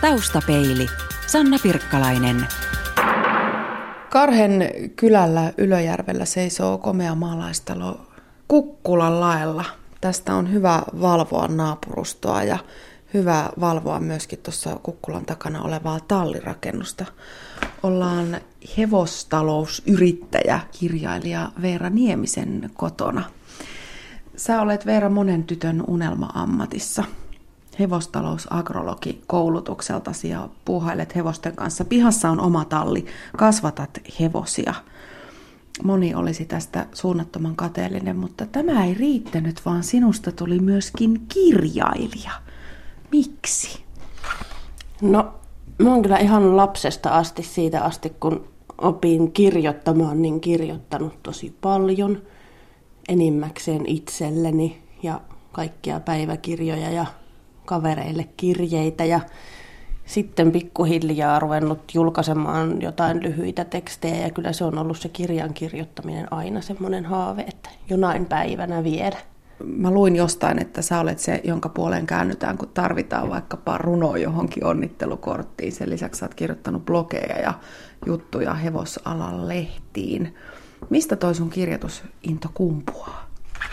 Taustapeili. Sanna Pirkkalainen. Karhen kylällä Ylöjärvellä seisoo komea maalaistalo Kukkulan laella. Tästä on hyvä valvoa naapurustoa ja hyvä valvoa myöskin tuossa Kukkulan takana olevaa tallirakennusta. Ollaan hevostalousyrittäjä, kirjailija Veera Niemisen kotona. Sä olet Veera monen tytön unelma-ammatissa. Hevostalousagrologi koulutukseltasi ja puuhailet hevosten kanssa. Pihassa on oma talli, kasvatat hevosia. Moni olisi tästä suunnattoman kateellinen, mutta tämä ei riittänyt, vaan sinusta tuli myöskin kirjailija. Miksi? No, mä oon kyllä ihan lapsesta asti, siitä asti kun opin kirjoittamaan, niin kirjoittanut tosi paljon. Enimmäkseen itselleni ja kaikkia päiväkirjoja ja kavereille kirjeitä ja sitten pikkuhiljaa ruvennut julkaisemaan jotain lyhyitä tekstejä ja kyllä se on ollut se kirjan kirjoittaminen aina semmoinen haave, että jonain päivänä viedä. Mä luin jostain, että sä olet se, jonka puoleen käännytään, kun tarvitaan vaikkapa runoa johonkin onnittelukorttiin. Sen lisäksi sä oot kirjoittanut blogeja ja juttuja hevosalan lehtiin. Mistä toi sun kirjoitusinto kumpuaa?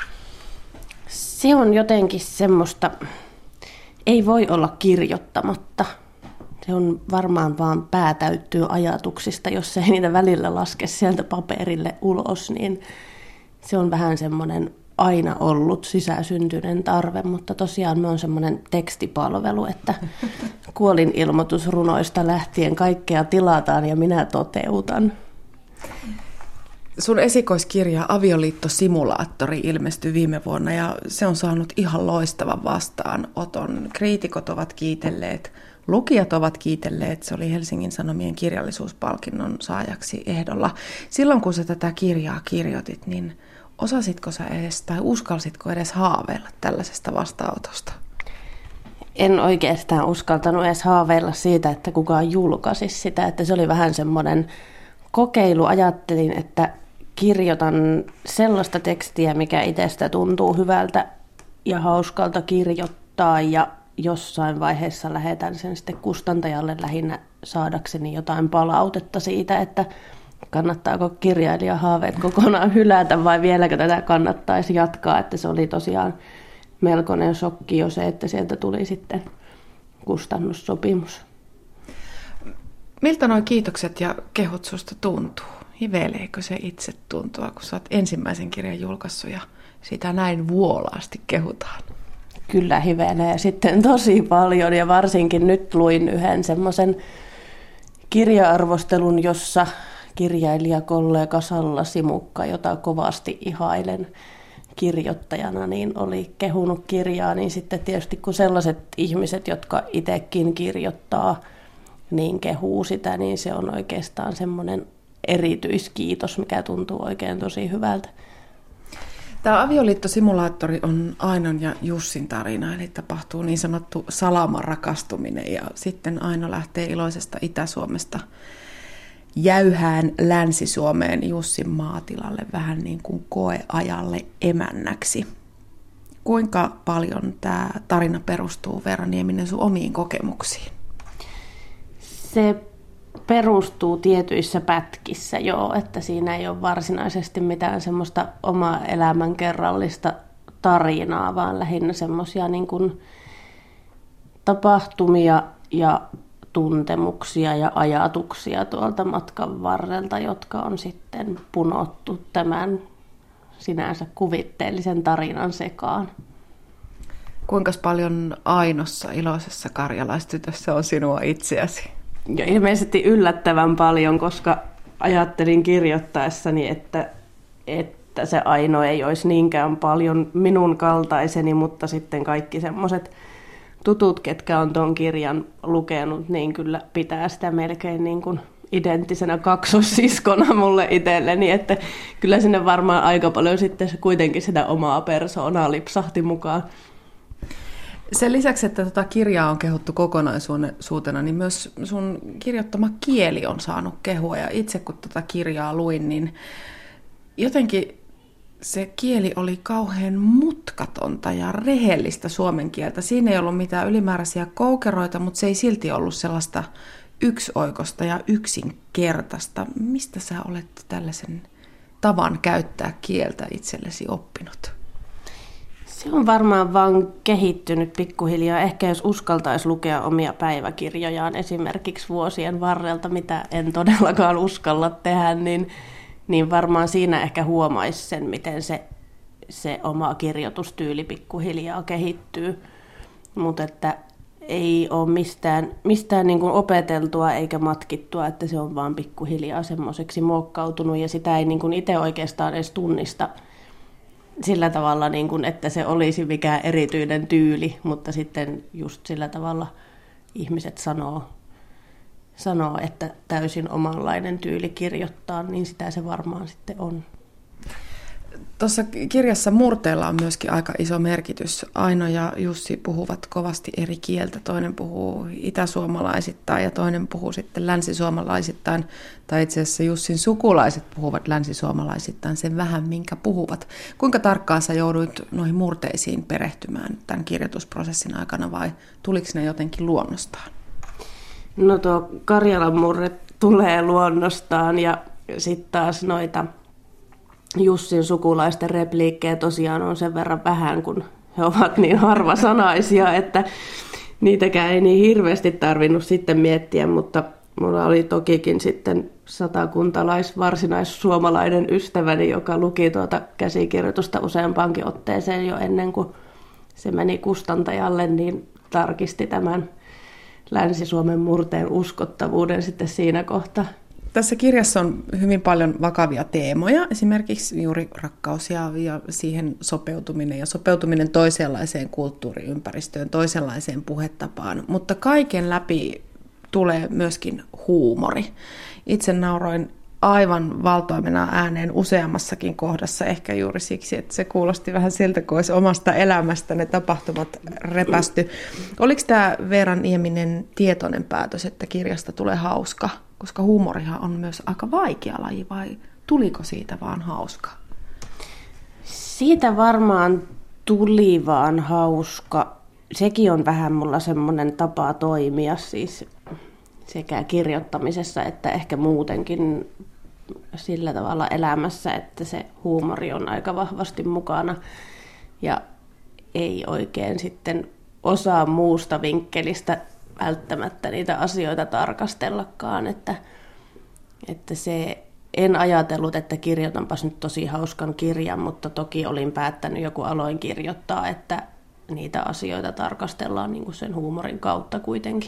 Se on jotenkin semmoista, ei voi olla kirjoittamatta. Se on varmaan vaan pää täyttyy ajatuksista, jos ei niitä välillä laske sieltä paperille ulos, niin se on vähän semmoinen aina ollut sisäsyntyinen tarve, mutta tosiaan me on semmoinen tekstipalvelu, että kuolinilmoitusrunoista lähtien kaikkea tilataan ja minä toteutan. Sun esikoiskirja Avioliittosimulaattori ilmestyi viime vuonna ja se on saanut ihan loistavan vastaanoton. Kriitikot ovat kiitelleet, lukijat ovat kiitelleet, se oli Helsingin Sanomien kirjallisuuspalkinnon saajaksi ehdolla. Silloin kun sä tätä kirjaa kirjoitit, niin osasitko sä edes tai uskalsitko edes haaveilla tällaisesta vastaanotosta? En oikeastaan uskaltanut edes haaveilla siitä, että kukaan julkaisisi sitä, että se oli vähän semmoinen kokeilu. Ajattelin, että kirjoitan sellaista tekstiä, mikä itsestä tuntuu hyvältä ja hauskalta kirjoittaa ja jossain vaiheessa lähetän sen sitten kustantajalle lähinnä saadakseni jotain palautetta siitä, että kannattaako kirjailijahaaveet kokonaan hylätä vai vieläkö tätä kannattaisi jatkaa, että se oli tosiaan melkoinen shokki jo se, että sieltä tuli sitten kustannussopimus. Miltä nuo kiitokset ja kehut susta tuntuu? Hiveleekö se itse tuntua, kun sä oot ensimmäisen kirjan julkaissut ja sitä näin vuolaasti kehutaan? Kyllä hivelee sitten tosi paljon ja varsinkin nyt luin yhden semmoisen kirja-arvostelun, jossa kirjailijakollega Salla Simukka, jota kovasti ihailen kirjoittajana, niin oli kehunut kirjaa, niin sitten tietysti kun sellaiset ihmiset, jotka itsekin kirjoittaa, niin kehuu sitä, niin se on oikeastaan semmoinen erityiskiitos, mikä tuntuu oikein tosi hyvältä. Tämä avioliittosimulaattori on Ainon ja Jussin tarina, eli tapahtuu niin sanottu salamarakastuminen ja sitten Aino lähtee iloisesta Itä-Suomesta jäyhään Länsi-Suomeen Jussin maatilalle vähän niin kuin koeajalle emännäksi. Kuinka paljon tämä tarina perustuu, Veera Nieminen, sun omiin kokemuksiin? Se perustuu tietyissä pätkissä joo, että siinä ei ole varsinaisesti mitään semmoista omaa elämänkerrallista tarinaa, vaan lähinnä semmoisia niin kuin tapahtumia ja tuntemuksia ja ajatuksia tuolta matkan varrelta, jotka on sitten punottu tämän sinänsä kuvitteellisen tarinan sekaan. Kuinka paljon Ainossa iloisessa karjalaistytössä on sinua itseäsi? Ja ilmeisesti yllättävän paljon, koska ajattelin kirjoittaessani, että se Aino ei olisi niinkään paljon minun kaltaiseni, mutta sitten kaikki semmoiset tutut, ketkä on tuon kirjan lukenut, niin kyllä pitää sitä melkein niin kuin identtisenä kaksossiskona mulle itselleni, että kyllä sinne varmaan aika paljon sitten kuitenkin sitä omaa persoonaa lipsahti mukaan. Sen lisäksi, että tätä kirjaa on kehuttu kokonaisuutena, niin myös sun kirjoittama kieli on saanut kehua. Ja itse kun tätä kirjaa luin, niin jotenkin se kieli oli kauhean mutkatonta ja rehellistä suomen kieltä. Siinä ei ollut mitään ylimääräisiä koukeroita, mutta se ei silti ollut sellaista yksioikosta ja yksinkertaista. Mistä sä olet tällaisen tavan käyttää kieltä itsellesi oppinut? Se on varmaan vaan kehittynyt pikkuhiljaa. Ehkä jos uskaltaisi lukea omia päiväkirjojaan esimerkiksi vuosien varrelta, mitä en todellakaan uskalla tehdä, niin varmaan siinä ehkä huomaisi sen, miten se oma kirjoitustyyli pikkuhiljaa kehittyy. Mutta että ei ole mistään niin kuin opeteltua eikä matkittua, että se on vaan pikkuhiljaa semmoiseksi muokkautunut ja sitä ei niin kuin itse oikeastaan edes tunnista sillä tavalla, niin kuin, että se olisi mikään erityinen tyyli, mutta sitten just sillä tavalla ihmiset sanoo, että täysin omanlainen tyyli kirjoittaa, niin sitä se varmaan sitten on. Tuossa kirjassa murteella on myöskin aika iso merkitys. Aino ja Jussi puhuvat kovasti eri kieltä. Toinen puhuu itäsuomalaisittain ja toinen puhuu sitten länsisuomalaisittain. Tai itse asiassa Jussin sukulaiset puhuvat länsisuomalaisittain sen vähän, minkä puhuvat. Kuinka tarkkaan sä jouduit noihin murteisiin perehtymään tämän kirjoitusprosessin aikana vai tuliko ne jotenkin luonnostaan? No tuo Karjalan murre tulee luonnostaan ja sitten taas noita Jussin sukulaisten repliikkejä tosiaan on sen verran vähän, kun he ovat niin harvasanaisia, että niitäkään ei niin hirveästi tarvinnut sitten miettiä, mutta mulla oli tokikin sitten varsinais-suomalainen ystäväni, joka luki tuota käsikirjoitusta useampaankin otteeseen jo ennen kuin se meni kustantajalle, niin tarkisti tämän Länsi-Suomen murteen uskottavuuden sitten siinä kohtaa. Tässä kirjassa on hyvin paljon vakavia teemoja, esimerkiksi juuri rakkaus ja siihen sopeutuminen toisenlaiseen kulttuuriympäristöön, toisenlaiseen puhetapaan, mutta kaiken läpi tulee myöskin huumori. Itse nauroin aivan valtoimena ääneen useammassakin kohdassa, ehkä juuri siksi, että se kuulosti vähän siltä, kun olisi omasta elämästä ne tapahtumat repästy. Oliko tämä Veera Nieminen tietoinen päätös, että kirjasta tulee hauska? Koska huumorihan on myös aika vaikea laji, vai tuliko siitä vaan hauska? Siitä varmaan tuli vaan hauska. Sekin on vähän mulla semmoinen tapa toimia siis sekä kirjoittamisessa että ehkä muutenkin sillä tavalla elämässä, että se huumori on aika vahvasti mukana ja ei oikein sitten osaa muusta vinkkelistä välttämättä niitä asioita tarkastellakaan, että se, en ajatellut, että kirjoitanpas nyt tosi hauskan kirjan, mutta toki olin päättänyt, joku aloin kirjoittaa, että niitä asioita tarkastellaan niin kuin sen huumorin kautta kuitenkin.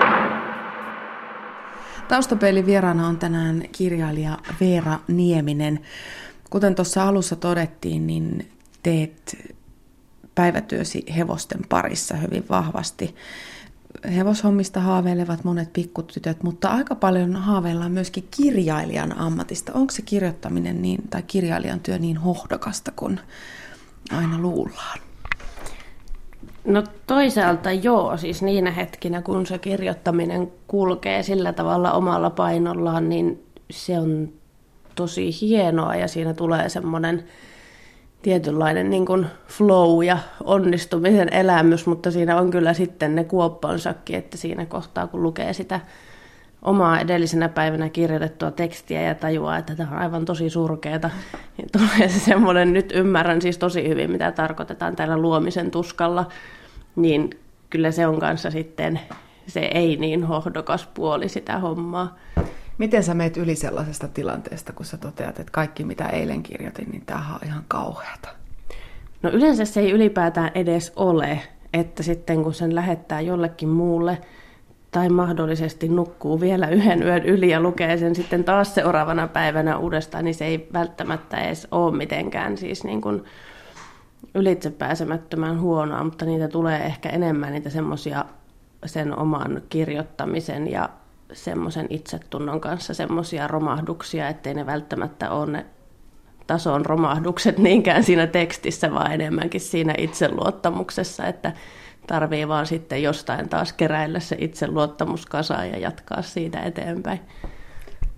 Taustapeilin vieraana on tänään kirjailija Veera Nieminen. Kuten tuossa alussa todettiin, niin teet päivätyösi hevosten parissa hyvin vahvasti. Hevoshommista haaveilevat monet pikkutytöt, mutta aika paljon haaveillaan myöskin kirjailijan ammatista. Onko se kirjoittaminen tai kirjailijan työ niin hohdokasta kuin aina luullaan? No toisaalta joo, siis niinä hetkinä kun se kirjoittaminen kulkee sillä tavalla omalla painollaan, niin se on tosi hienoa ja siinä tulee semmoinen tietynlainen niin kuin flow ja onnistumisen elämys, mutta siinä on kyllä sitten ne kuoppansakin, että siinä kohtaa kun lukee sitä omaa edellisenä päivänä kirjoitettua tekstiä ja tajuaa, että tämä on aivan tosi surkeata, niin tulee se semmoinen, nyt ymmärrän siis tosi hyvin, mitä tarkoitetaan tällä luomisen tuskalla, niin kyllä se on kanssa sitten se ei niin hohdokas puoli sitä hommaa. Miten sä meet yli sellaisesta tilanteesta, kun sä toteat, että kaikki mitä eilen kirjoitin, niin tämähän on ihan kauheata? No yleensä se ei ylipäätään edes ole, että sitten kun sen lähettää jollekin muulle tai mahdollisesti nukkuu vielä yhden yön yli ja lukee sen sitten taas seuraavana päivänä uudestaan, niin se ei välttämättä edes ole mitenkään siis niin kuin ylitsepääsemättömän huonoa, mutta niitä tulee ehkä enemmän niitä semmoisia sen oman kirjoittamisen ja semmoisen itsetunnon kanssa semmoisia romahduksia, ettei ne välttämättä ole ne tason romahdukset niinkään siinä tekstissä, vaan enemmänkin siinä itseluottamuksessa, että tarvii vaan sitten jostain taas keräillä se itseluottamus kasaan ja jatkaa siitä eteenpäin.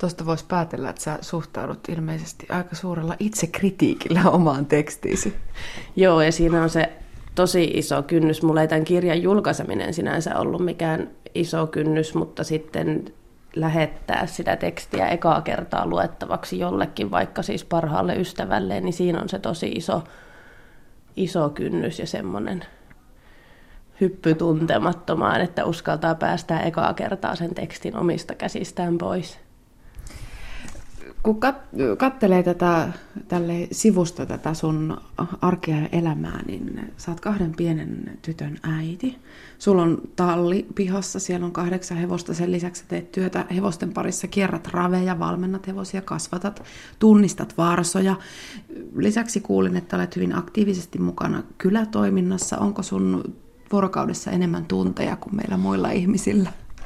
Tuosta voisi päätellä, että sä suhtaudut ilmeisesti aika suurella itsekritiikillä omaan tekstiisi. Joo, ja siinä on se tosi iso kynnys. Mulla ei tämän kirjan julkaiseminen sinänsä ollut mikään iso kynnys, mutta sitten lähettää sitä tekstiä ekaa kertaa luettavaksi jollekin, vaikka siis parhaalle ystävälle, niin siinä on se tosi iso kynnys ja semmoinen hyppy tuntemattomaan, että uskaltaa päästää ekaa kertaa sen tekstin omista käsistään pois. Kun katselee tälle sivusta tätä sun arkea ja elämää, niin sä oot 2 pienen tytön äiti. Sulla on talli pihassa, siellä on 8 hevosta, sen lisäksi teet työtä hevosten parissa, kierrät raveja, valmennat hevosia, kasvatat, tunnistat varsoja. Lisäksi kuulin, että olet hyvin aktiivisesti mukana kylätoiminnassa. Onko sun vuorokaudessa enemmän tunteja kuin meillä muilla ihmisillä?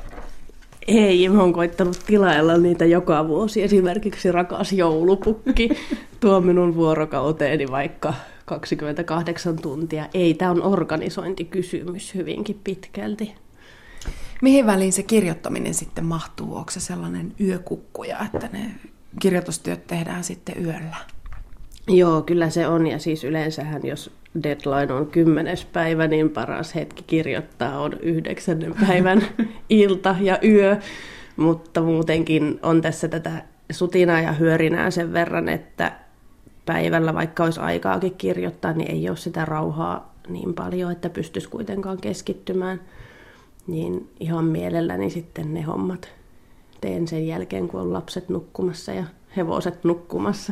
Ei, mä oon koittanut tilailla niitä joka vuosi. Esimerkiksi rakas joulupukki tuo minun vuorokauteeni vaikka 28 tuntia. Ei, tämä on organisointikysymys hyvinkin pitkälti. Mihin väliin se kirjoittaminen sitten mahtuu? Onko se sellainen yökukkuja, että ne kirjoitustyöt tehdään sitten yöllä? Joo, kyllä se on. Ja siis yleensähän, jos deadline on 10. päivä, niin paras hetki kirjoittaa on 9. päivän ilta ja yö. Mutta muutenkin on tässä tätä sutinaa ja hyörinää sen verran, että päivällä, vaikka olisi aikaakin kirjoittaa, niin ei ole sitä rauhaa niin paljon, että pystyisi kuitenkaan keskittymään. Niin ihan mielelläni sitten ne hommat teen sen jälkeen, kun on lapset nukkumassa ja hevoset nukkumassa.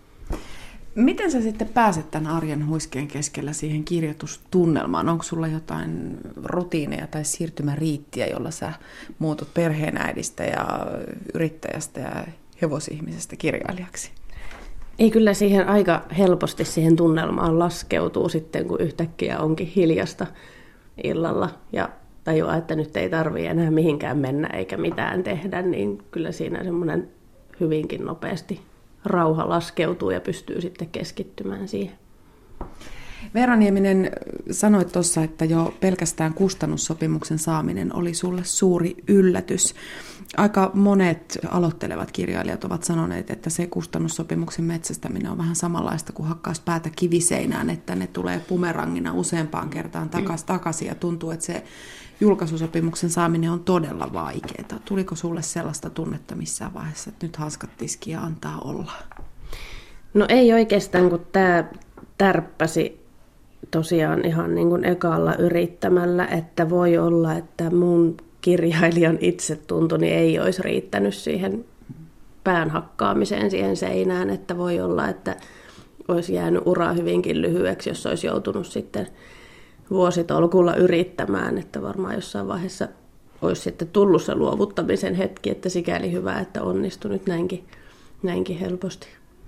Miten sä sitten pääset tämän arjen huiskeen keskellä siihen kirjoitustunnelmaan? Onko sulla jotain rutiineja tai siirtymäriittiä, jolla sä muutut perheenäidistä ja yrittäjästä ja hevosihmisestä kirjailijaksi? Ei, kyllä siihen aika helposti siihen tunnelmaan laskeutuu sitten, kun yhtäkkiä onkin hiljasta illalla ja tajuaa, että nyt ei tarvitse enää mihinkään mennä eikä mitään tehdä, niin kyllä siinä semmoinen hyvinkin nopeasti rauha laskeutuu ja pystyy sitten keskittymään siihen. Veera Nieminen, sanoit tuossa, että jo pelkästään kustannussopimuksen saaminen oli sulle suuri yllätys. Aika monet aloittelevat kirjailijat ovat sanoneet, että se kustannussopimuksen metsästäminen on vähän samanlaista kuin hakkaisi päätä kiviseinään, että ne tulee bumerangina useampaan kertaan takaisin ja tuntuu, että se julkaisusopimuksen saaminen on todella vaikeaa. Tuliko sulle sellaista tunnetta missään vaiheessa, että nyt hanskat tiskiin ja antaa olla? No ei oikeastaan, kun tämä tärppäsi tosiaan ihan niin kuin ekalla yrittämällä, että voi olla, että mun kirjailijan itsetuntoni ei olisi riittänyt siihen pään hakkaamiseen siihen seinään, että voi olla, että olisi jäänyt ura hyvinkin lyhyeksi, jos olisi joutunut sitten vuositolkulla yrittämään, että varmaan jossain vaiheessa olisi sitten tullut se luovuttamisen hetki, että sikäli hyvä, että onnistui nyt näinkin helposti.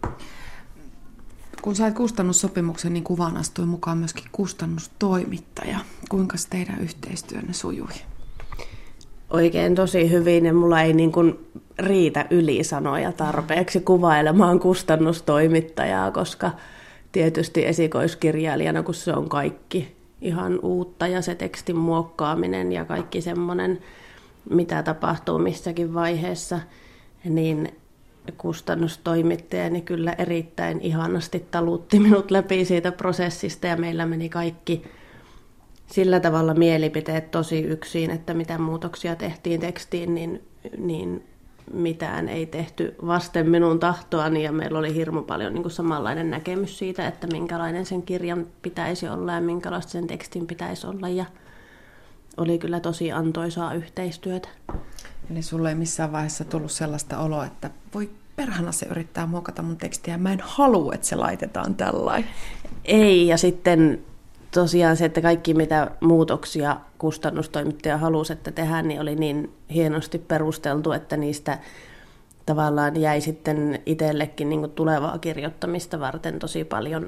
Kun sait kustannussopimuksen, niin kuvaan astui mukaan myöskin kustannustoimittaja. Kuinka teidän yhteistyönne sujui? Oikein tosi hyvin, ja mulla ei niin kuin riitä ylisanoja tarpeeksi kuvailemaan kustannustoimittajaa, koska tietysti esikoiskirjailijana, kun se on kaikki ihan uutta ja se tekstin muokkaaminen ja kaikki semmoinen, mitä tapahtuu missäkin vaiheessa, niin kustannustoimittajani kyllä erittäin ihanasti talutti minut läpi siitä prosessista ja meillä meni kaikki sillä tavalla mielipiteet tosi yksin, että mitä muutoksia tehtiin tekstiin, niin mitään ei tehty vasten minun tahtoani ja meillä oli hirmu paljon niin kuin samanlainen näkemys siitä, että minkälainen sen kirjan pitäisi olla ja minkälaista sen tekstin pitäisi olla ja oli kyllä tosi antoisaa yhteistyötä. Eli sulle ei missään vaiheessa tullut sellaista oloa, että voi perhana se yrittää muokata mun tekstiä, mä en halua, että se laitetaan tällainen. Ei, ja sitten tosiaan se, että kaikki mitä muutoksia kustannustoimittaja halusi, että tehdään, niin oli niin hienosti perusteltu, että niistä tavallaan jäi sitten itsellekin niin kuin tulevaa kirjoittamista varten tosi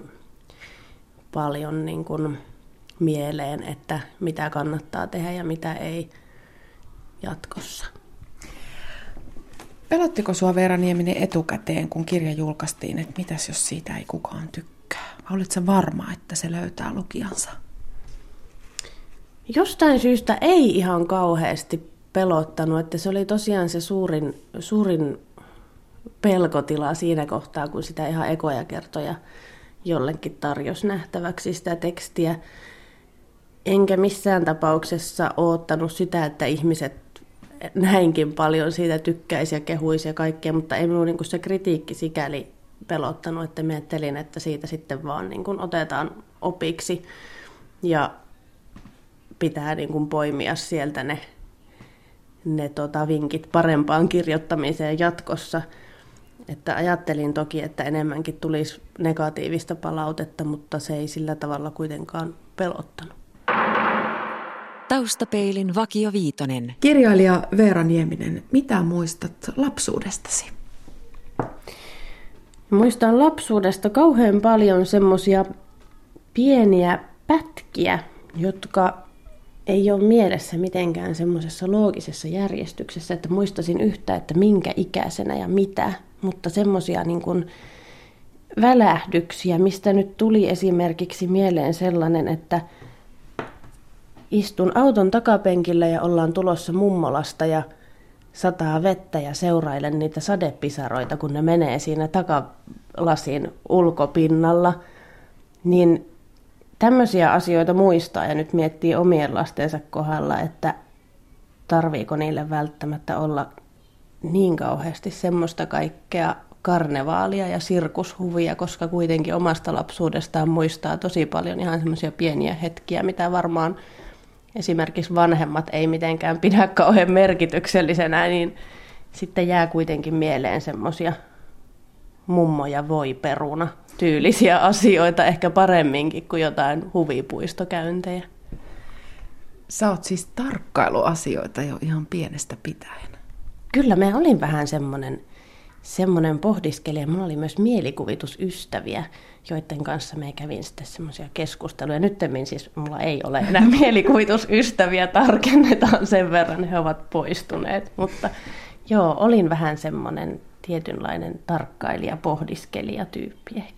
paljon niin kuin mieleen, että mitä kannattaa tehdä ja mitä ei jatkossa. Pelottiko sua, Veera Nieminen, etukäteen, kun kirja julkaistiin, että mitäs jos siitä ei kukaan tykkää? Olitko varma, että se löytää lukijansa? Jostain syystä ei ihan kauheasti pelottanut, että se oli tosiaan se suurin pelkotila siinä kohtaa, kun sitä ihan ekoja kertoja jollekin tarjosi nähtäväksi sitä tekstiä. Enkä missään tapauksessa oottanut sitä, että ihmiset näinkin paljon siitä tykkäisi ja kehuisi ja kaikkea, mutta ei minun niin se kritiikki sikäli pelottanut, että ajattelin, että siitä sitten vaan niin kuin otetaan opiksi ja pitää niin kuin poimia sieltä ne vinkit parempaan kirjoittamiseen jatkossa. Että ajattelin toki, että enemmänkin tulisi negatiivista palautetta, mutta se ei sillä tavalla kuitenkaan pelottanut. Taustapeilin Vakio Viitonen. Kirjailija Veera Nieminen, mitä muistat lapsuudestasi? Muistan lapsuudesta kauhean paljon semmoisia pieniä pätkiä, jotka ei ole mielessä mitenkään semmoisessa loogisessa järjestyksessä, että muistasin yhtä, että minkä ikäisenä ja mitä, mutta semmoisia niin kuin välähdyksiä, mistä nyt tuli esimerkiksi mieleen sellainen, että istun auton takapenkillä ja ollaan tulossa mummolasta ja sataa vettä ja seurailen niitä sadepisaroita, kun ne menee siinä takalasin ulkopinnalla, niin tämmöisiä asioita muistaa ja nyt miettii omien lastensa kohdalla, että tarviiko niille välttämättä olla niin kauheasti semmoista kaikkea karnevaalia ja sirkushuvia, koska kuitenkin omasta lapsuudestaan muistaa tosi paljon ihan semmoisia pieniä hetkiä, mitä varmaan esimerkiksi vanhemmat ei mitenkään pidä kauhean merkityksellisenä, niin sitten jää kuitenkin mieleen semmoisia mummo ja voi peruna tyylisiä asioita, ehkä paremminkin kuin jotain huvipuistokäyntejä. Sä oot siis tarkkailuasioita jo ihan pienestä pitäen. Kyllä, mä olin vähän semmoinen pohdiskelija. Mulla oli myös mielikuvitusystäviä, joiden kanssa me kävin sitten semmoisia keskusteluja. Nyttemmin siis mulla ei ole enää mielikuvitusystäviä, tarkennetaan sen verran, he ovat poistuneet. Mutta joo, olin vähän semmoinen tietynlainen tarkkailija, pohdiskelija tyyppi ehkä.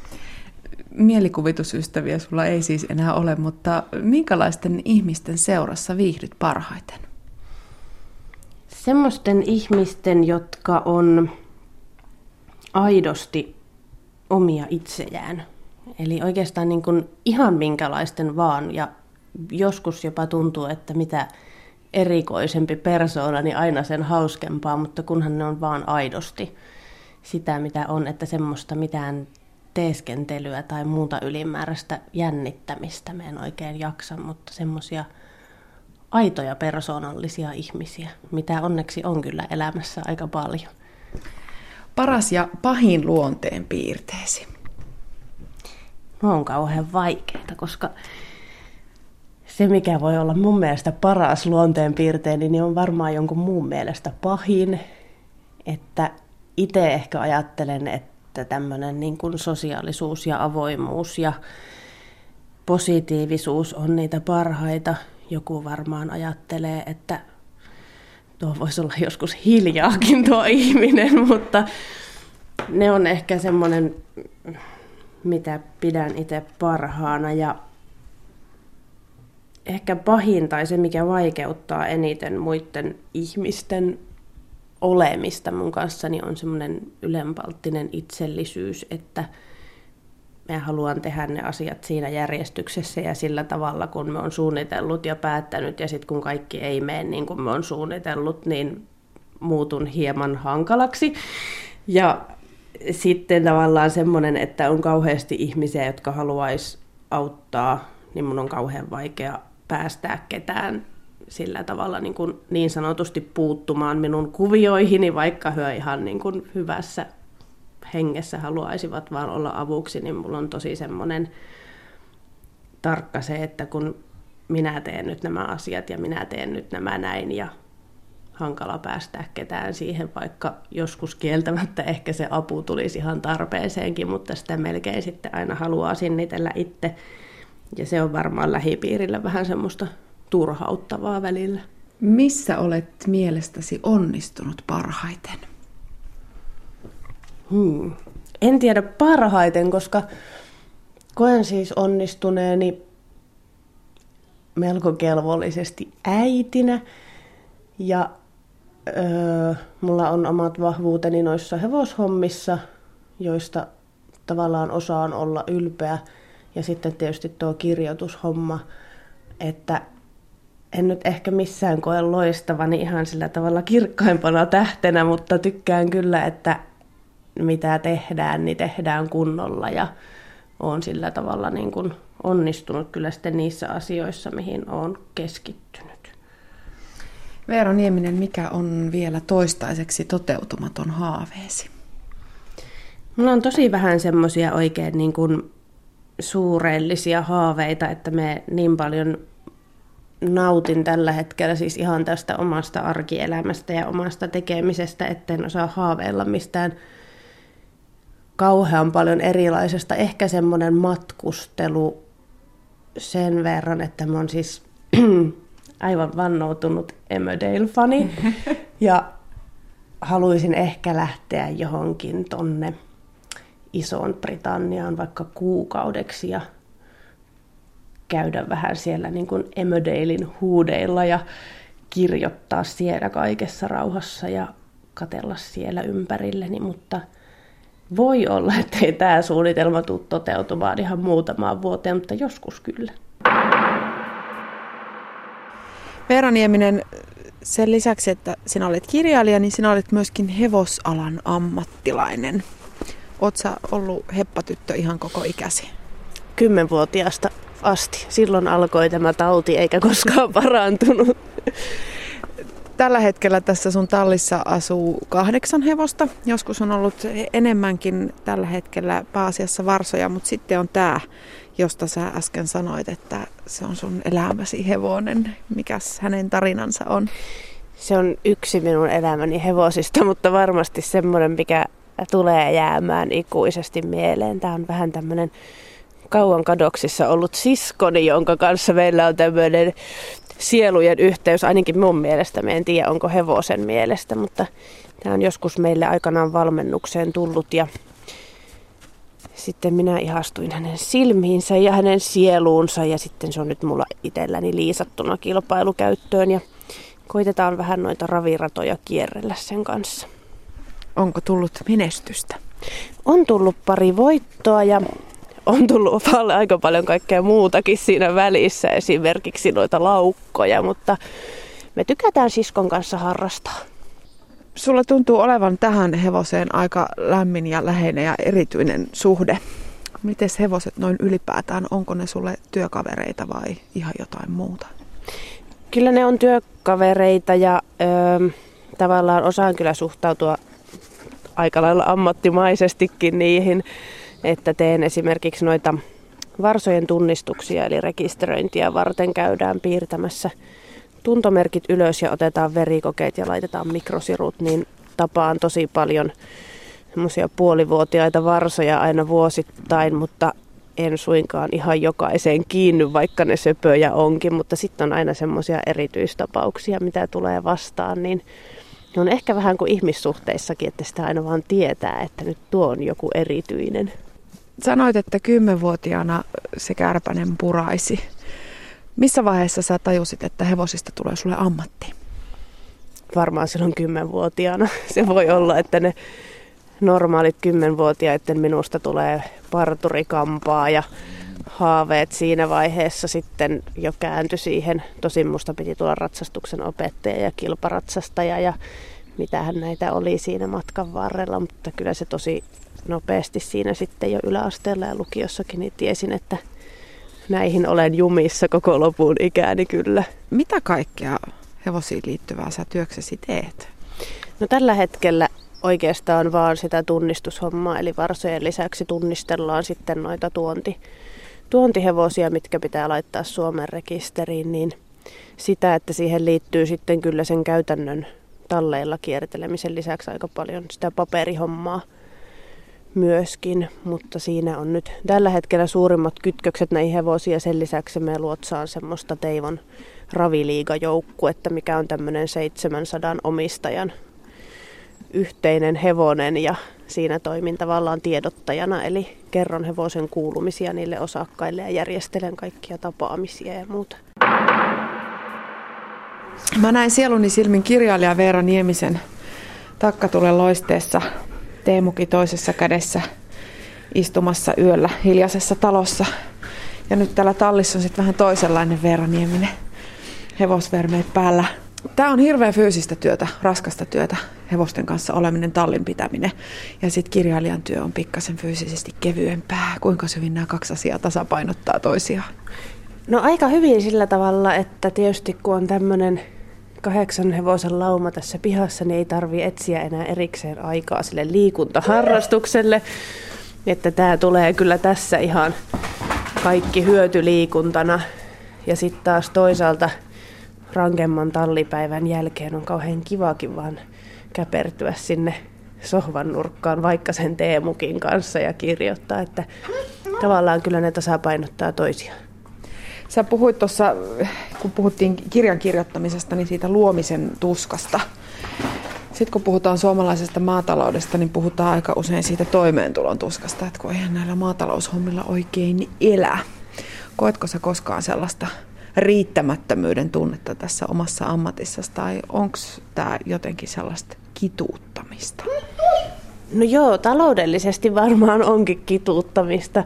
Mielikuvitusystäviä sulla ei siis enää ole, mutta minkälaisten ihmisten seurassa viihdyt parhaiten? Semmoisten ihmisten, jotka on aidosti omia itsejään. Eli oikeastaan niin kuin ihan minkälaisten vaan, ja joskus jopa tuntuu, että mitä erikoisempi persoona, niin aina sen hauskempaa, mutta kunhan ne on vaan aidosti sitä, mitä on, että semmoista mitään teeskentelyä tai muuta ylimääräistä jännittämistä mä en oikein jaksa, mutta semmoisia aitoja persoonallisia ihmisiä, mitä onneksi on kyllä elämässä aika paljon. Paras ja pahin luonteen piirteesi? No on kauhean vaikeaa, koska se, mikä voi olla mun mielestä paras luonteen piirteeni, niin on varmaan jonkun muun mielestä pahin. Että itse ehkä ajattelen, että tämmöinen niin kuin sosiaalisuus ja avoimuus ja positiivisuus on niitä parhaita. Joku varmaan ajattelee, että tuo voisi olla joskus hiljaakin tuo ihminen, mutta ne on ehkä semmoinen, mitä pidän itse parhaana. Ja ehkä pahin tai se, mikä vaikeuttaa eniten muiden ihmisten olemista mun kanssani, on semmoinen ylenpalttinen itsellisyys, että mä haluan tehdä ne asiat siinä järjestyksessä ja sillä tavalla, kun me on suunnitellut ja päättänyt, ja sitten kun kaikki ei mene niin kuin me on suunnitellut, niin muutun hieman hankalaksi. Ja sitten tavallaan semmoinen, että on kauheasti ihmisiä, jotka haluaisi auttaa, niin mun on kauhean vaikea päästää ketään sillä tavalla niin sanotusti puuttumaan minun kuvioihini, vaikka he ihan niin kuin hyvässä hengessä haluaisivat vaan olla avuksi, niin mulla on tosi semmoinen tarkka se, että kun minä teen nyt nämä asiat ja minä teen nyt nämä näin ja hankala päästää ketään siihen, vaikka joskus kieltämättä ehkä se apu tulisi ihan tarpeeseenkin, mutta sitä melkein sitten aina haluaa sinnitellä itse. Ja se on varmaan lähipiirillä vähän semmoista turhauttavaa välillä. Missä olet mielestäsi onnistunut parhaiten? En tiedä parhaiten, koska koen siis onnistuneeni melko kelvollisesti äitinä ja Mulla on omat vahvuuteni noissa hevoshommissa, joista tavallaan osaan olla ylpeä. Ja sitten tietysti tuo kirjoitushomma, että en nyt ehkä missään koe loistavani ihan sillä tavalla kirkkaimpana tähtenä, mutta tykkään kyllä, että mitä tehdään, niin tehdään kunnolla ja olen sillä tavalla niin kuin onnistunut kyllä sitten niissä asioissa, mihin olen keskittynyt. Veera Nieminen, mikä on vielä toistaiseksi toteutumaton haaveesi? Mulla on tosi vähän semmoisia oikein niin kuin suurellisia haaveita, että me niin paljon nautin tällä hetkellä siis ihan tästä omasta arkielämästä ja omasta tekemisestä, etten osaa haaveilla mistään kauhean paljon erilaisesta. Ehkä semmoinen matkustelu sen verran, että mä oon siis aivan vannoutunut Emmerdale-fani ja haluaisin ehkä lähteä johonkin tonne Isoon Britanniaan vaikka kuukaudeksi ja käydä vähän siellä niin kuin Emmerdalein huudeilla ja kirjoittaa siellä kaikessa rauhassa ja katsella siellä ympärilleni, mutta voi olla, ettei tämä suunnitelma tule toteutumaan ihan muutamaan vuoteen, mutta joskus kyllä. Veera Nieminen, sen lisäksi, että sinä olet kirjailija, niin sinä olet myöskin hevosalan ammattilainen. Oletko sä ollut heppatyttö ihan koko ikäsi? 10-vuotiaasta asti. Silloin alkoi tämä tauti eikä koskaan parantunut. Tällä hetkellä tässä sun tallissa asuu 8 hevosta. Joskus on ollut enemmänkin tällä hetkellä pääasiassa varsoja, mutta sitten on tämä, josta sä äsken sanoit, että se on sun elämäsi hevonen. Mikäs hänen tarinansa on? Se on yksi minun elämäni hevosista, mutta varmasti semmoinen, mikä tulee jäämään ikuisesti mieleen. Tämä on vähän tämmöinen kauan kadoksissa ollut siskoni, jonka kanssa meillä on tämmöinen sielujen yhteys, ainakin mun mielestä. Mä en tiedä, onko hevosen mielestä, mutta tämä on joskus meille aikanaan valmennukseen tullut ja sitten minä ihastuin hänen silmiinsä ja hänen sieluunsa ja sitten se on nyt mulla itselläni liisattuna kilpailukäyttöön ja koitetaan vähän noita raviratoja kierrellä sen kanssa. Onko tullut menestystä? On tullut pari voittoa ja on tullut aika paljon kaikkea muutakin siinä välissä, esimerkiksi noita laukkoja, mutta me tykätään siskon kanssa harrastaa. Sulla tuntuu olevan tähän hevoseen aika lämmin ja läheinen ja erityinen suhde. Mites hevoset noin ylipäätään, onko ne sulle työkavereita vai ihan jotain muuta? Kyllä ne on työkavereita ja tavallaan osaan kyllä suhtautua aika lailla ammattimaisestikin niihin, että teen esimerkiksi noita varsojen tunnistuksia eli rekisteröintiä varten käydään piirtämässä tuntomerkit ylös ja otetaan verikokeet ja laitetaan mikrosirut, niin tapaan tosi paljon semmoisia puolivuotiaita varsoja aina vuosittain, mutta en suinkaan ihan jokaiseen kiinny, vaikka ne söpöjä onkin, mutta sitten on aina semmoisia erityistapauksia, mitä tulee vastaan, niin on ehkä vähän kuin ihmissuhteissakin, että sitä aina vaan tietää, että nyt tuo on joku erityinen. Sanoit, että 10-vuotiaana se kärpänen puraisi. Missä vaiheessa sä tajusit, että hevosista tulee sulle ammatti? Varmaan silloin 10-vuotiaana. Se voi olla, että ne normaalit 10-vuotiaiden minusta tulee parturikampaa ja haaveet siinä vaiheessa sitten jo kääntyi siihen. Tosin musta piti tulla ratsastuksen opettaja ja kilparatsastaja ja mitähän näitä oli siinä matkan varrella, mutta kyllä se tosi nopeasti siinä sitten jo yläasteella ja lukiossakin niin tiesin, että näihin olen jumissa koko lopun ikääni kyllä. Mitä kaikkea hevosiin liittyvää sä työksesi teet? No tällä hetkellä oikeastaan vaan sitä tunnistishommaa, eli varsojen lisäksi tunnistellaan sitten noita tuontihevosia, mitkä pitää laittaa Suomen rekisteriin, niin sitä, että siihen liittyy sitten kyllä sen käytännön talleilla kiertelemisen lisäksi aika paljon sitä paperihommaa myöskin, mutta siinä on nyt tällä hetkellä suurimmat kytkökset näihin hevosiin. Sen lisäksi me luotsaan semmoista Teivon raviliigajoukkuetta, mikä on tämmöinen 700 omistajan yhteinen hevonen ja siinä toimin tavallaan tiedottajana, eli kerron hevosen kuulumisia niille osakkaille ja järjestelen kaikkia tapaamisia ja muuta. Mä näin sieluni silmin kirjailija Veera Niemisen Takkatulen loisteessa, teemuki toisessa kädessä, istumassa yöllä hiljaisessa talossa. Ja nyt täällä tallissa on sitten vähän toisenlainen Veera Nieminen, hevosvermeet päällä. Tämä on hirveän fyysistä työtä, raskasta työtä, hevosten kanssa oleminen, tallin pitäminen. Ja sitten kirjailijan työ on pikkasen fyysisesti kevyempää. Kuinka hyvin nämä kaksi asiaa tasapainottaa toisiaan? No aika hyvin sillä tavalla, että tietysti kun on tämmöinen 8 hevosen lauma tässä pihassa, niin ei tarvitse etsiä enää erikseen aikaa sille liikuntaharrastukselle. Että tämä tulee kyllä tässä ihan kaikki hyötyliikuntana. Ja sitten taas toisaalta rankemman tallipäivän jälkeen on kauhean kivakin vaan käpertyä sinne sohvan nurkkaan vaikka sen teemukin kanssa ja kirjoittaa, että tavallaan kyllä ne tasapainottaa toisiaan. Sä puhuit tuossa, kun puhuttiin kirjan kirjoittamisesta, niin siitä luomisen tuskasta. Sitten kun puhutaan suomalaisesta maataloudesta, niin puhutaan aika usein siitä toimeentulon tuskasta, että kun eihän näillä maataloushommilla oikein elä. Koetko sä koskaan sellaista riittämättömyyden tunnetta tässä omassa ammatissasi, tai onko tämä jotenkin sellaista kituuttamista? No joo, taloudellisesti varmaan onkin kituuttamista,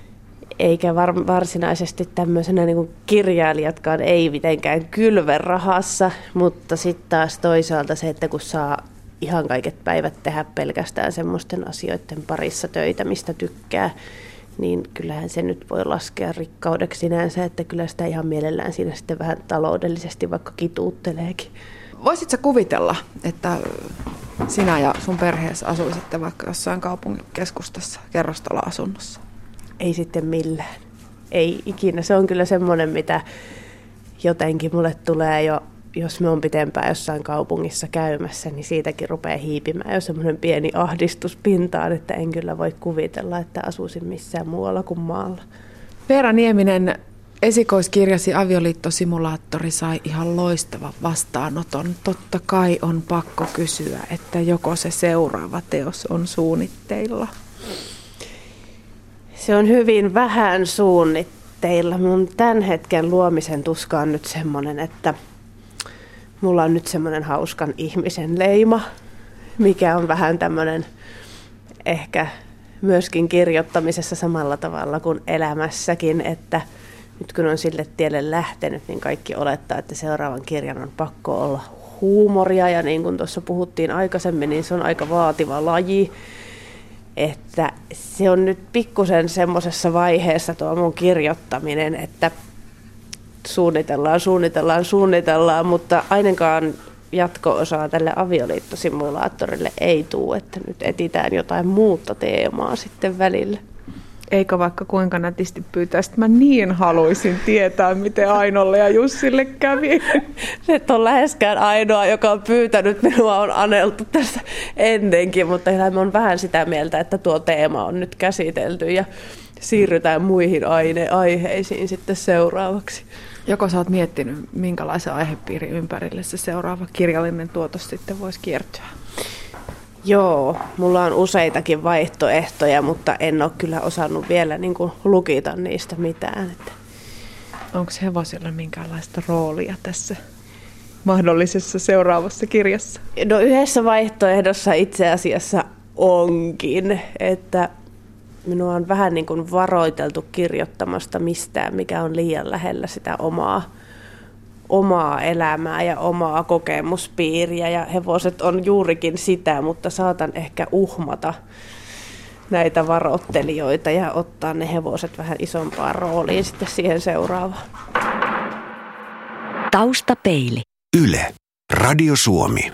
eikä varsinaisesti tämmöisenä niin kuin kirjailijatkaan ei mitenkään kylve rahassa, mutta sitten taas toisaalta se, että kun saa ihan kaiket päivät tehdä pelkästään semmoisten asioiden parissa töitä, mistä tykkää, niin kyllähän se nyt voi laskea rikkaudeksi sinänsä, että kyllä sitä ihan mielellään siinä sitten vähän taloudellisesti vaikka kituutteleekin. Voisitko kuvitella, että sinä ja sun perheessä asuisitte vaikka jossain kaupungin keskustassa kerrostaloasunnossa? Ei sitten millään. Ei ikinä. Se on kyllä semmoinen, mitä jotenkin mulle tulee jo, jos me on pitempään jossain kaupungissa käymässä, niin siitäkin rupeaa hiipimään jo semmoinen pieni ahdistus pintaan, että en kyllä voi kuvitella, että asuisin missään muualla kuin maalla. Veera Nieminen, esikoiskirjasi Avioliittosimulaattori sai ihan loistavan vastaanoton. Totta kai on pakko kysyä, että joko se seuraava teos on suunnitteilla. Se on hyvin vähän suunnitteilla. Mun tämän hetken luomisen tuska on nyt semmoinen, että mulla on nyt semmoinen hauskan ihmisen leima, mikä on vähän tämmöinen ehkä myöskin kirjoittamisessa samalla tavalla kuin elämässäkin, että nyt kun on sille tielle lähtenyt, niin kaikki olettaa, että seuraavan kirjan on pakko olla huumoria. Ja niin kuin tuossa puhuttiin aikaisemmin, niin se on aika vaativa laji. Että se on nyt pikkusen semmoisessa vaiheessa tuo mun kirjoittaminen, että suunnitellaan, mutta ainakaan jatko-osaa tälle avioliittosimulaattorille ei tule, että nyt etsitään jotain muuta teemaa sitten välillä. Eikö vaikka kuinka nätisti pyytäisi, että mä niin haluaisin tietää, miten Ainolle ja Jussille kävi. Et on läheskään ainoa, joka on pyytänyt, minua on aneltu tässä ennenkin, mutta mä on vähän sitä mieltä, että tuo teema on nyt käsitelty ja siirrytään muihin aiheisiin sitten seuraavaksi. Joko sä oot miettinyt, minkälaisen aihepiirin ympärille se seuraava kirjallinen tuotos sitten voisi kiertyä? Joo, mulla on useitakin vaihtoehtoja, mutta en ole kyllä osannut vielä niin kuin lukita niistä mitään. Onko hevosilla minkäänlaista roolia tässä mahdollisessa seuraavassa kirjassa? No yhdessä vaihtoehdossa itse asiassa onkin, että minua on vähän niin kuin varoiteltu kirjoittamasta mistään, mikä on liian lähellä sitä omaa elämää ja omaa kokemuspiiriä, ja hevoset on juurikin sitä, mutta saatan ehkä uhmata näitä varoittelijoita ja ottaa ne hevoset vähän isompaan rooliin sitten siihen seuraavaan. Taustapeili. Yle. Radio Suomi.